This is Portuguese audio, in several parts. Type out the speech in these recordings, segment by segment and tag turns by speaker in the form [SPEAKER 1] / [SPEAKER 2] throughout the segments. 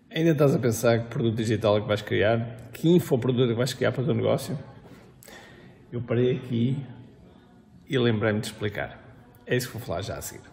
[SPEAKER 1] Ainda estás a pensar que produto digital é que vais criar? Que infoproduto é que vais criar para o teu negócio? Eu parei aqui e lembrei-me de explicar. É isso que vou falar já a seguir.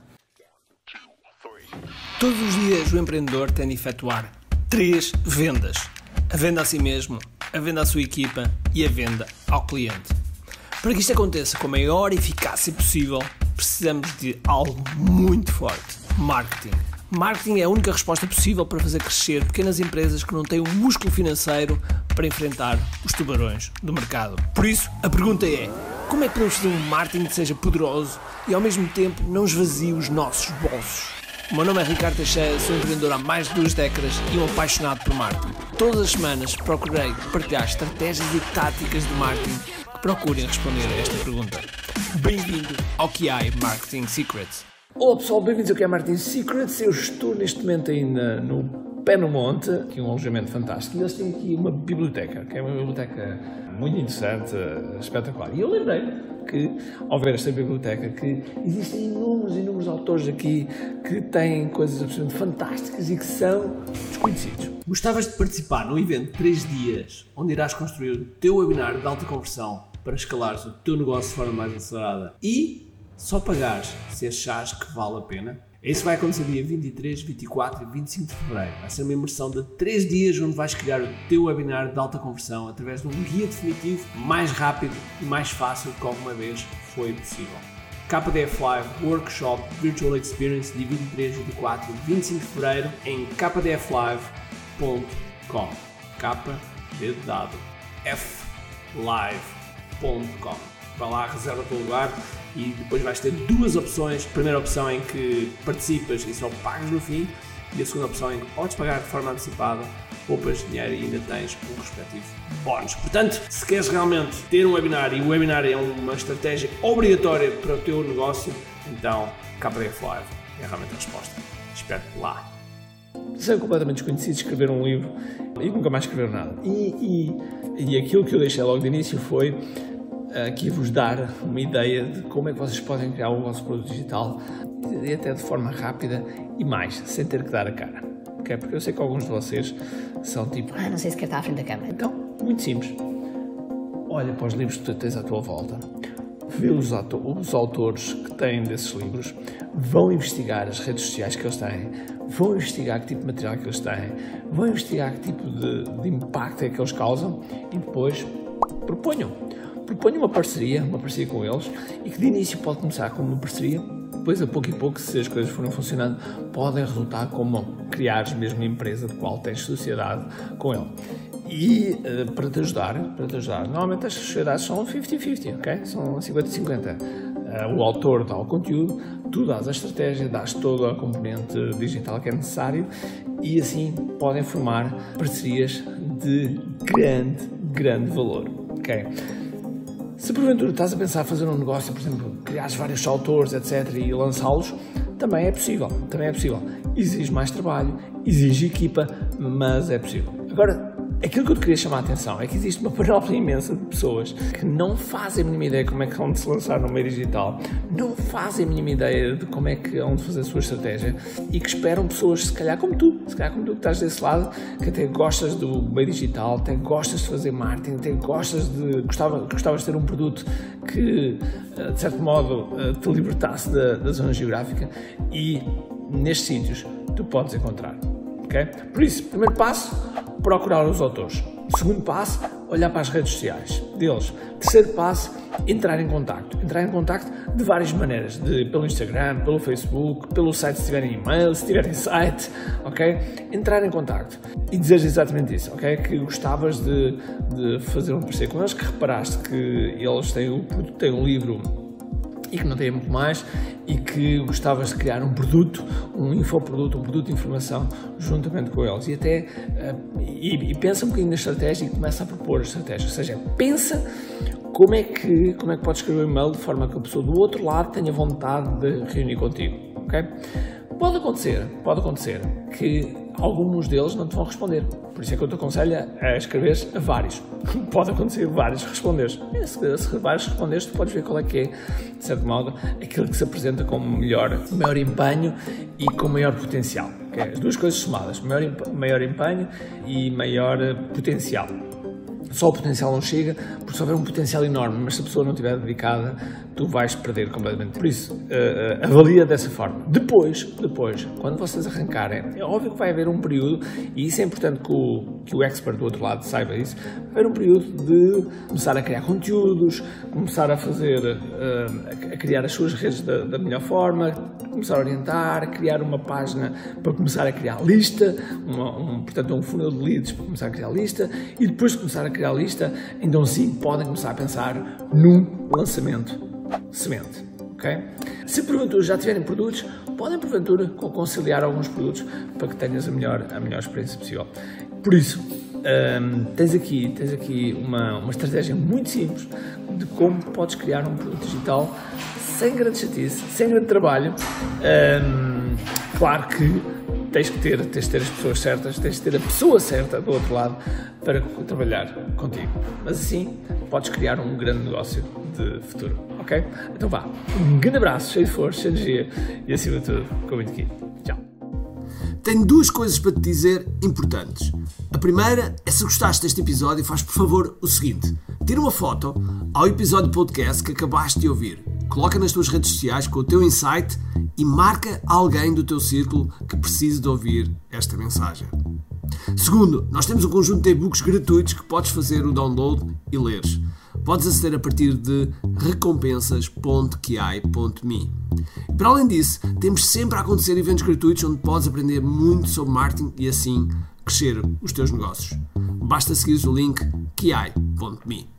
[SPEAKER 2] Todos os dias o empreendedor tem de efetuar 3 vendas. A venda a si mesmo, a venda à sua equipa e a venda ao cliente. Para que isto aconteça com a maior eficácia possível, precisamos de algo muito forte: marketing. Marketing é a única resposta possível para fazer crescer pequenas empresas que não têm o músculo financeiro para enfrentar os tubarões do mercado. Por isso, a pergunta é: como é que podemos fazer um marketing que seja poderoso e ao mesmo tempo não esvazie os nossos bolsos? O meu nome é Ricardo Teixeira, sou empreendedor há mais de 2 décadas e um apaixonado por marketing. Todas as semanas procurei partilhar estratégias e táticas de marketing que procurem responder a esta pergunta. Bem-vindo ao QI Marketing Secrets.
[SPEAKER 1] Olá pessoal, bem-vindos ao QI Marketing Secrets. Eu estou neste momento ainda no Pé no Monte, que é um alojamento fantástico, e eles têm aqui uma biblioteca, que é uma biblioteca muito interessante, espetacular. E eu lembrei que, ao ver esta biblioteca, que existem inúmeros autores aqui que têm coisas absolutamente fantásticas e que são desconhecidos.
[SPEAKER 2] Gostavas de participar num evento de 3 dias, onde irás construir o teu webinar de alta conversão para escalares o teu negócio de forma mais acelerada e só pagares se achares que vale a pena? Isso vai acontecer dia 23, 24 e 25 de fevereiro. Vai ser uma imersão de 3 dias onde vais criar o teu webinar de alta conversão através de um guia definitivo mais rápido e mais fácil do que alguma vez foi possível. KDF Live Workshop Virtual Experience dia 23, 24 e 25 de fevereiro em kdflive.com. kdflive.com. Vai lá, reserva o teu lugar e depois vais ter 2 opções. A primeira opção em que participas e só pagas no fim, e a segunda opção em que podes pagar de forma antecipada, poupas dinheiro e ainda tens um respectivo bónus. Portanto, se queres realmente ter um webinar, e o webinar é uma estratégia obrigatória para o teu negócio, então KDF Live é realmente a resposta. Espero-te lá.
[SPEAKER 1] São completamente desconhecidos, escreveram um livro e nunca mais escreveram nada. E aquilo que eu deixei logo de início foi aqui vos dar uma ideia de como é que vocês podem criar o vosso produto digital e até de forma rápida e mais, sem ter que dar a cara. Okay? Porque eu sei que alguns de vocês são tipo...
[SPEAKER 3] não sei se quer estar à frente da câmara.
[SPEAKER 1] Então, muito simples. Olha para os livros que tu tens à tua volta, vê os autores que têm desses livros, vão investigar as redes sociais que eles têm, vão investigar que tipo de material que eles têm, vão investigar que tipo de impacto é que eles causam e depois proponham uma parceria com eles e que de início pode começar como uma parceria, depois a pouco e pouco, se as coisas forem funcionando, podem resultar como criares mesmo uma empresa de qual tens sociedade com ele. E para te ajudar, normalmente as sociedades são 50-50, ok? São 50-50. O autor dá o conteúdo, tu dás a estratégia, dás toda a componente digital que é necessário e assim podem formar parcerias de grande valor, ok? Se porventura estás a pensar em fazer um negócio, por exemplo, criares vários autores, etc. e lançá-los, também é possível. Exige mais trabalho, exige equipa, mas é possível. Agora, aquilo que eu te queria chamar a atenção é que existe uma panóplia imensa de pessoas que não fazem a mínima ideia como é que vão se lançar no meio digital, não fazem a mínima ideia de como é que vão fazer a sua estratégia e que esperam pessoas, se calhar como tu que estás desse lado, que até gostas do meio digital, até gostas de fazer marketing, até gostavas de ter um produto que, de certo modo, te libertasse da zona geográfica e nestes sítios tu podes encontrar. Okay? Por isso, primeiro passo, procurar os autores. Segundo passo, olhar para as redes sociais deles. Terceiro passo, entrar em contacto de várias maneiras, pelo Instagram, pelo Facebook, pelo site se tiverem e-mail, se tiverem site, ok? Entrar em contacto e dizer exatamente isso, ok? Que gostavas de fazer um parceiro com eles, que reparaste que eles têm um livro e que não têm muito mais e que gostavas de criar um produto, um infoproduto, um produto de informação juntamente com eles e pensa um bocadinho na estratégia e começa a propor a estratégia, ou seja, pensa como é que podes escrever um e-mail de forma que a pessoa do outro lado tenha vontade de reunir contigo, ok? Pode acontecer que alguns deles não te vão responder. Por isso é que eu te aconselho a escrever a vários. Pode acontecer vários responderes. Se vários responderes, tu podes ver qual é que é, de certo modo, aquilo que se apresenta com maior empenho e com maior potencial. que é as duas coisas somadas, maior empenho e maior potencial. Só o potencial não chega, porque se houver um potencial enorme, mas se a pessoa não estiver dedicada, tu vais perder completamente. Por isso, avalia dessa forma. Depois, quando vocês arrancarem, é óbvio que vai haver um período, e isso é importante que o expert do outro lado saiba isso, vai haver um período de começar a criar conteúdos, começar a fazer, a criar as suas redes da melhor forma, começar a orientar, criar uma página para começar a criar lista, portanto um funil de leads para começar a criar lista, e depois de começar a criar lista, então sim, podem começar a pensar num lançamento semente, ok? Se porventura já tiverem produtos, podem porventura conciliar alguns produtos para que tenhas a melhor experiência possível. Por isso, tens aqui uma estratégia muito simples de como podes criar um produto digital sem grande chatice, sem grande trabalho. Claro que tens de ter as pessoas certas, tens de ter a pessoa certa do outro lado para trabalhar contigo. Mas assim, podes criar um grande negócio de futuro, ok? Então vá, um grande abraço, cheio de força, cheio de energia e acima de tudo, com muito aqui. Tchau.
[SPEAKER 2] Tenho duas coisas para te dizer importantes. A primeira é, se gostaste deste episódio, faz por favor o seguinte: tira uma foto ao episódio de podcast que acabaste de ouvir, coloca nas tuas redes sociais com o teu insight e marca alguém do teu círculo que precise de ouvir esta mensagem. Segundo, nós temos um conjunto de e-books gratuitos que podes fazer o download e leres. Podes aceder a partir de recompensas.ki.me. Para além disso, temos sempre a acontecer eventos gratuitos onde podes aprender muito sobre marketing e assim crescer os teus negócios. Basta seguir o link ki.me.